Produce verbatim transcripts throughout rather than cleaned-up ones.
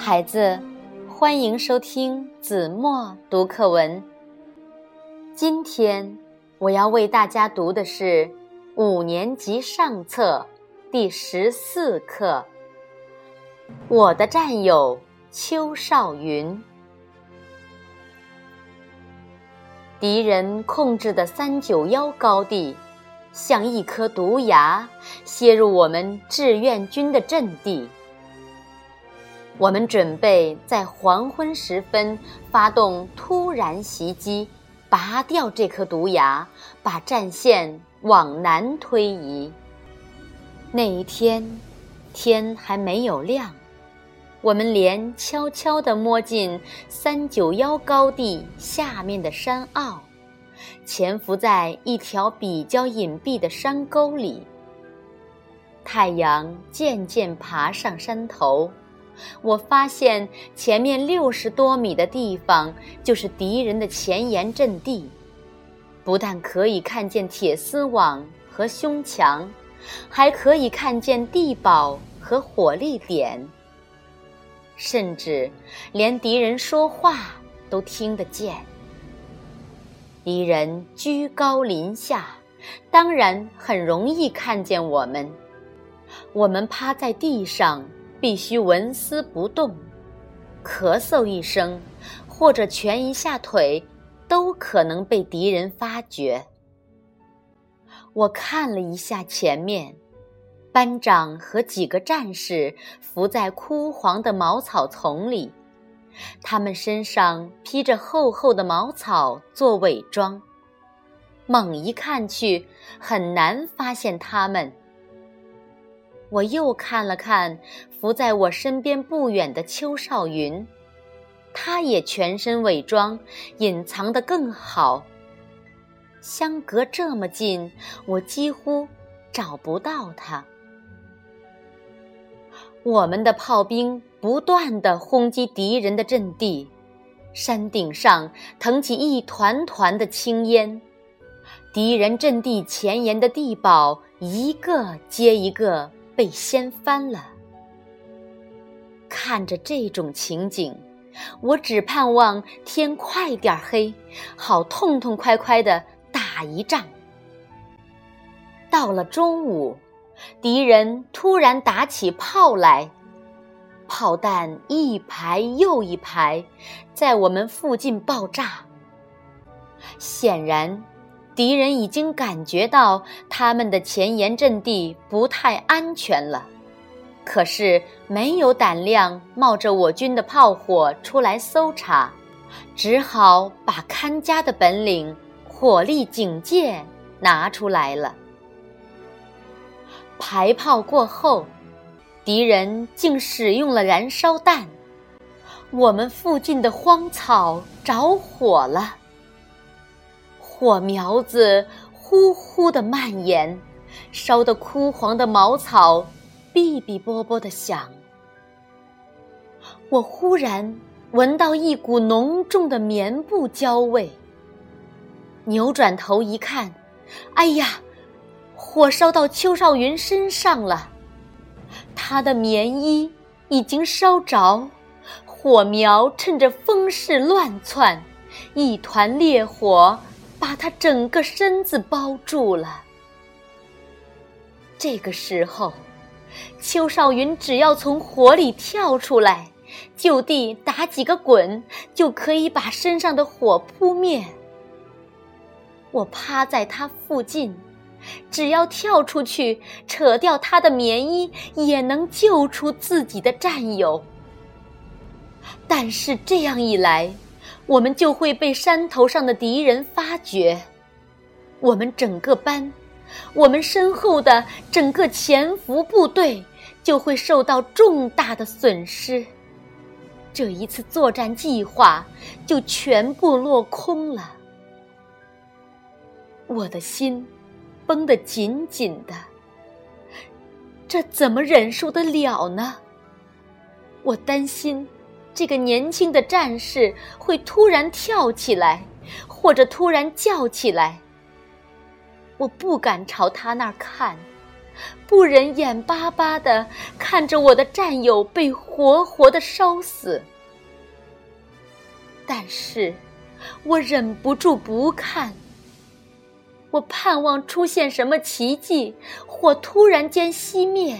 孩子，欢迎收听子墨读课文。今天我要为大家读的是五年级上册第十四课《我的战友邱少云》。敌人控制的三九一高地像一颗毒牙，楔入我们志愿军的阵地。我们准备在黄昏时分发动突然袭击，拔掉这颗毒牙，把战线往南推移。那一天，天还没有亮，我们连悄悄地摸进三九一高地下面的山坳，潜伏在一条比较隐蔽的山沟里。太阳渐渐爬上山头，我发现前面六十多米的地方就是敌人的前沿阵地，不但可以看见铁丝网和胸墙，还可以看见地堡和火力点，甚至连敌人说话都听得见。敌人居高临下，当然很容易看见我们。我们趴在地上，必须纹丝不动，咳嗽一声或者蜷一下腿，都可能被敌人发觉。我看了一下前面，班长和几个战士伏在枯黄的茅草丛里，他们身上披着厚厚的茅草做伪装，猛一看去很难发现他们。我又看了看伏在我身边不远的邱少云，他也全身伪装，隐藏得更好。相隔这么近，我几乎找不到他。我们的炮兵不断地轰击敌人的阵地，山顶上腾起一团团的青烟，敌人阵地前沿的地堡一个接一个被掀翻了。看着这种情景，我只盼望天快点黑，好痛痛快快地打一仗。到了中午，敌人突然打起炮来，炮弹一排又一排在我们附近爆炸。显然敌人已经感觉到他们的前沿阵地不太安全了，可是没有胆量冒着我军的炮火出来搜查，只好把看家的本领火力警戒拿出来了。排炮过后，敌人竟使用了燃烧弹，我们附近的荒草着火了。火苗子呼呼地蔓延，烧得枯黄的茅草哔哔啵啵地响。我忽然闻到一股浓重的棉布焦味，扭转头一看，哎呀，火烧到邱少云身上了，他的棉衣已经烧着，火苗趁着风势乱窜，一团烈火把他整个身子包住了。这个时候，邱少云只要从火里跳出来，就地打几个滚，就可以把身上的火扑灭。我趴在他附近，只要跳出去，扯掉他的棉衣，也能救出自己的战友。但是这样一来，我们就会被山头上的敌人发觉，我们整个班，我们身后的整个潜伏部队就会受到重大的损失，这一次作战计划就全部落空了。我的心绷得紧紧的，这怎么忍受得了呢？我担心这个年轻的战士会突然跳起来，或者突然叫起来。我不敢朝他那儿看， 不忍眼巴巴地看着我的战友被活活地烧死。但是我忍不住不看，我盼望出现什么奇迹，或突然间熄灭。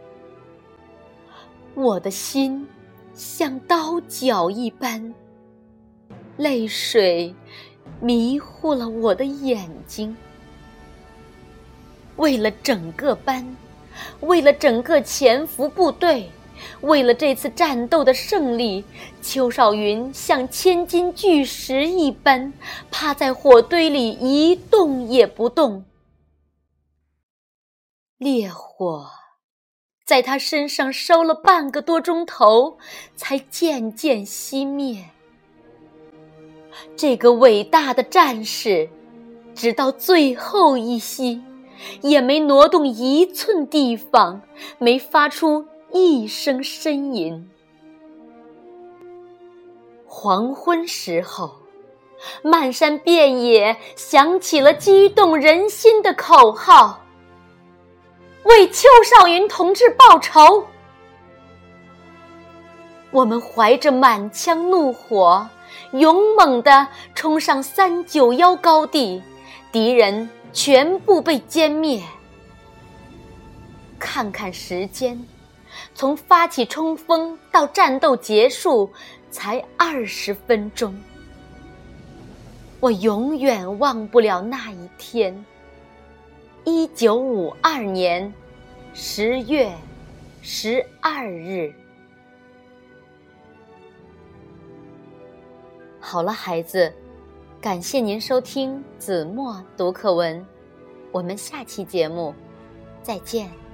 我的心像刀绞一般，泪水迷糊了我的眼睛。为了整个班，为了整个潜伏部队，为了这次战斗的胜利，邱少云像千斤巨石一般趴在火堆里一动也不动。烈火在他身上烧了半个多钟头，才渐渐熄灭。这个伟大的战士，直到最后一息，也没挪动一寸地方，没发出一声呻吟。黄昏时候，漫山遍野响起了激动人心的口号：为邱少云同志报仇！我们怀着满腔怒火，勇猛地冲上三九一高地，敌人全部被歼灭。看看时间，从发起冲锋到战斗结束才二十分钟。我永远忘不了那一天，一九五二年十月十二日。好了，孩子，感谢您收听子墨读课文，我们下期节目再见。